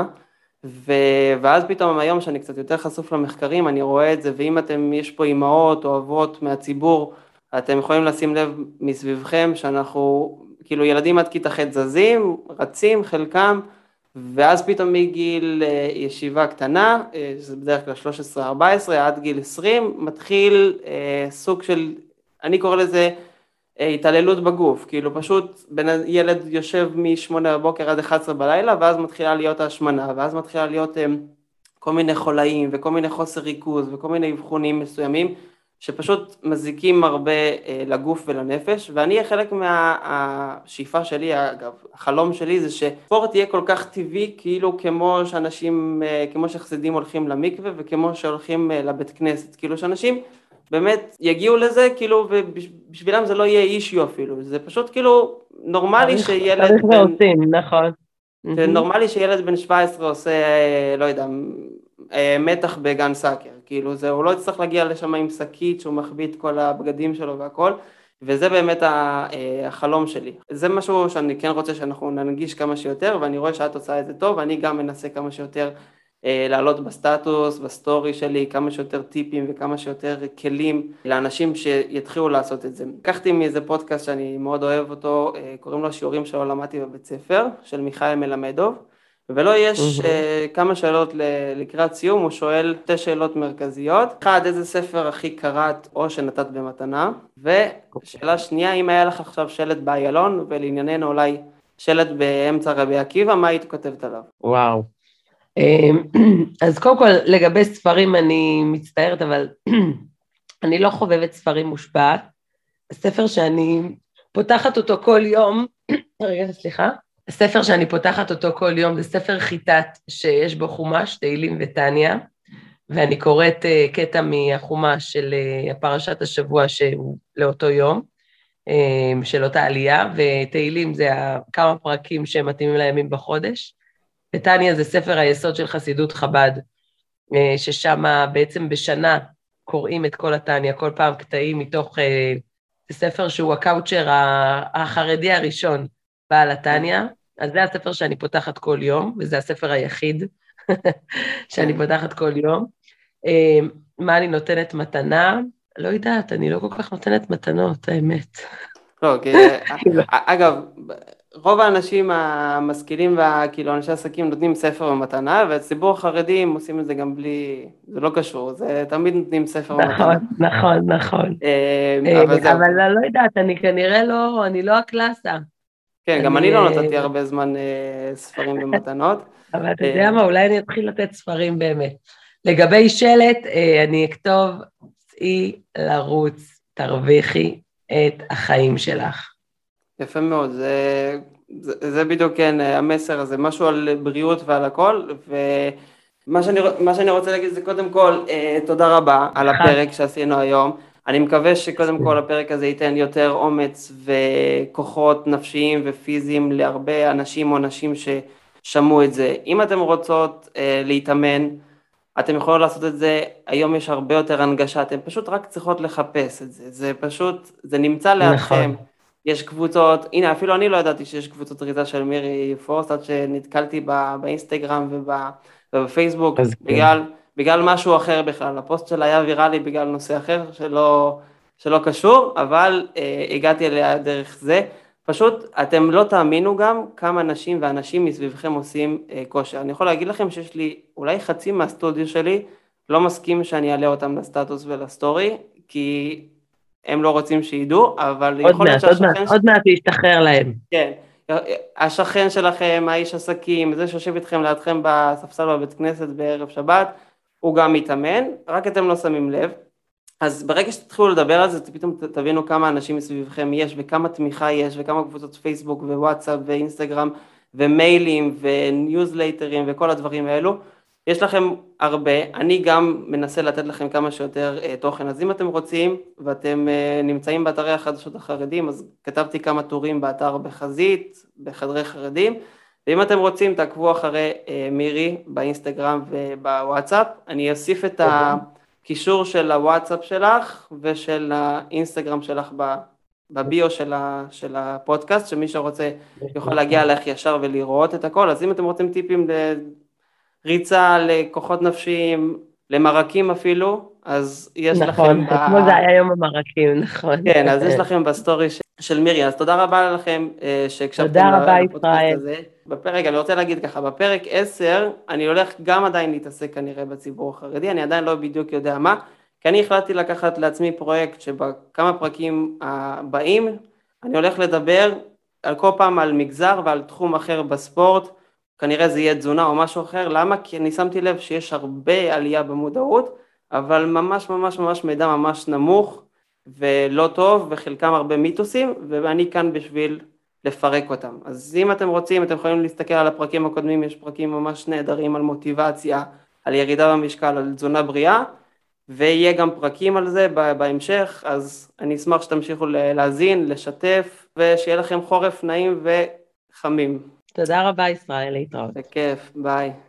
ואז פתאום היום שאני קצת יותר חשוף למחקרים, אני רואה את זה, ואם יש פה אימהות או אבות מהציבור, אתם יכולים לשים לב מסביבכם, שאנחנו, כאילו ילדים עד כיתה ח' זזים, רצים, חלקם, ואז פתאום מגיל ישיבה קטנה, שזה בדרך כלל 13-14, עד גיל 20, מתחיל סוג של, אני קורא לזה התעללות בגוף, כאילו פשוט ילד יושב מ-8 בבוקר עד 11 בלילה, ואז מתחילה להיות ההשמנה, ואז מתחילה להיות כל מיני חולאים, וכל מיני חוסר ריכוז, וכל מיני אבחונים מסוימים, שפשוט מזיקים הרבה לגוף ולנפש, ואני חלק מהשאיפה שלי, אגב, החלום שלי זה שספורט יהיה כל כך טבעי, כאילו כמו שאנשים, כמו שחסידים הולכים למקווה, וכמו שהולכים לבית כנסת, כאילו שאנשים באמת יגיעו לזה, כאילו, ובשבילם זה לא יהיה אישיו אפילו, זה פשוט כאילו נורמלי שילד צריך ועושים, נכון. נורמלי שילד בן 17 עושה, לא יודע, מתח בגן סאקר, כאילו זה, הוא לא יצטרך להגיע לשם עם שקית שהוא מחביא את כל הבגדים שלו והכל, וזה באמת החלום שלי. זה משהו שאני כן רוצה שאנחנו ננגיש כמה שיותר, ואני רואה שאת עושה את זה טוב, ואני גם מנסה כמה שיותר לעלות בסטטוס, בסטורי שלי, כמה שיותר טיפים וכמה שיותר כלים לאנשים שיתחילו לעשות את זה. לקחתי מאיזה פודקאסט שאני מאוד אוהב אותו, קוראים לו שיעורים שלא למדתי בבית ספר, של מיכאל מלמדוב, ולא יש כמה שאלות לקראת סיום, הוא שואל 2 שאלות מרכזיות. אחד, איזה ספר הכי קראת או שנתת במתנה? ושאלה שנייה, אם היה לך עכשיו שלט באיילון, ולענייננו אולי שלט באמצע רבי עקיבא, מה היית כותבת עליו? וואו. אז קודם כל, לגבי ספרים אני מצטערת, אבל אני לא חובבת ספרים מושפעת. הספר שאני פותחת אותו כל יום, רגע, סליחה. הספר שאני פותחת אותו כל יום זה ספר חיטת שיש בו חומש, תהילים וטניה, ואני קוראת קטע מהחומש של הפרשת השבוע שהוא לאותו יום, של אותה עלייה, ותהילים זה כמה פרקים שמתאימים לימים בחודש, וטניה זה ספר היסוד של חסידות חב"ד, ששם בעצם בשנה קוראים את כל הטניה, כל פעם קטעים מתוך, זה ספר שהוא הקאוצ'ר החרדי הראשון, בעל הטניה, אז זה הספר שאני פותחת כל יום, וזה הספר היחיד שאני פותחת כל יום. מה אני נותנת מתנה? לא יודעת, אני לא כל כך נותנת מתנות, האמת. לא, אגב, רוב האנשים המשכילים והכאילו אנשי עסקים נותנים ספר במתנה, והציבור החרדי עושים את זה גם בלי, זה לא קשור, זה תמיד נותנים ספר במתנה. נכון. אבל אני לא יודעת, אני כנראה לא, אני לא הקלאסה. כן, גם אני לא נתתי הרבה זמן ספרים במתנות. אבל אתה יודע מה, אולי אני אתחיל לתת ספרים באמת. לגבי שלט, אני אכתוב, צאי לרוץ, תרוויחי את החיים שלך. יפה מאוד, זה בדיוק כן המסר הזה, משהו על בריאות ועל הכל, ומה שאני רוצה להגיד זה קודם כל, תודה רבה על הפרק שעשינו היום, אני מקווה שקודם כל הפרק הזה ייתן יותר אומץ וכוחות נפשיים ופיזיים להרבה אנשים או נשים ששמעו את זה. אם אתם רוצות להתאמן, אתם יכולים לעשות את זה, היום יש הרבה יותר הנגשה, אתם פשוט רק צריכות לחפש את זה, זה פשוט, זה נמצא לידכם, יש קבוצות, הנה אפילו אני לא ידעתי שיש קבוצות ריצה של מירי פורסט, עד שנתקלתי באינסטגרם ובפייסבוק, בגלל משהו אחר בכלל, הפוסט שלה היה ויראלי בגלל נושא אחר שלא קשור, אבל הגעתי אליה דרך זה, פשוט אתם לא תאמינו גם כמה נשים ואנשים מסביבכם עושים כושר. אני יכול להגיד לכם שיש לי אולי חצי מהסטודיו שלי, לא מסכים שאני אעלה אותם לסטטוס ולסטורי, כי הם לא רוצים שידעו, אבל יכול להיות שהשכן... עוד מעט להשתחרר להם. כן, השכן שלכם, האיש עסקים, זה שיושב איתכם לידכם בספסל בבית כנסת בערב שבת, הוא גם מתאמן, רק אתם לא שמים לב. אז ברגע שתתחילו לדבר על זה, פתאום תבינו כמה אנשים מסביבכם יש, וכמה תמיכה יש, וכמה קבוצות פייסבוק ווואטסאפ ואינסטגרם, ומיילים וניוזלייטרים וכל הדברים האלו. יש לכם הרבה, אני גם מנסה לתת לכם כמה שיותר תוכן, אז אם אתם רוצים, ואתם נמצאים באתרי החדשות החרדים, אז כתבתי כמה טורים באתר בחזית, בחדרי חרדים, ואם אתם רוצים, תעקבו אחרי מירי באינסטגרם ובוואטסאפ, אני אוסיף את קישור של הוואטסאפ שלך ושל האינסטגרם שלך בביו של הפודקאסט, שמי שרוצה יוכל להגיע אליך ישר ולראות את הכל, אז אם אתם רוצים טיפים לריצה, לכוחות נפשיים, למרקים אפילו, אז יש לכם... נכון, כמו זה היה יום המרקים, נכון. כן, אז יש לכם בסטורי של מירי. אז תודה רבה לכם שהקשבתם תודה רבה, לפודקאסט ישראל. הזה. בפרק, אני רוצה להגיד ככה, בפרק 10, אני הולך גם עדיין להתעסק כנראה בציבור החרדי, אני עדיין לא בדיוק יודע מה, כי אני החלטתי לקחת לעצמי פרויקט שבכמה פרקים הבאים, אני הולך לדבר על כל פעם על מגזר ועל תחום אחר בספורט, כנראה זה יהיה תזונה או משהו אחר, למה? כי אני שמתי לב שיש הרבה עלייה במודעות, אבל ממש ממש ממש מידע ממש נמוך, ולא טוב, וחלקם הרבה מיתוסים, ואני כאן בשביל לפרק אותם. אז אם אתם רוצים, אתם יכולים להסתכל על הפרקים הקודמים, יש פרקים ממש נהדרים על מוטיבציה, על ירידה במשקל, על תזונה בריאה, ויהיה גם פרקים על זה בהמשך, אז אני אשמח שתמשיכו להאזין, לשתף, ושיהיה לכם חורף נעים וחמים. תודה רבה, ישראל, להתראות. בכיף, ביי.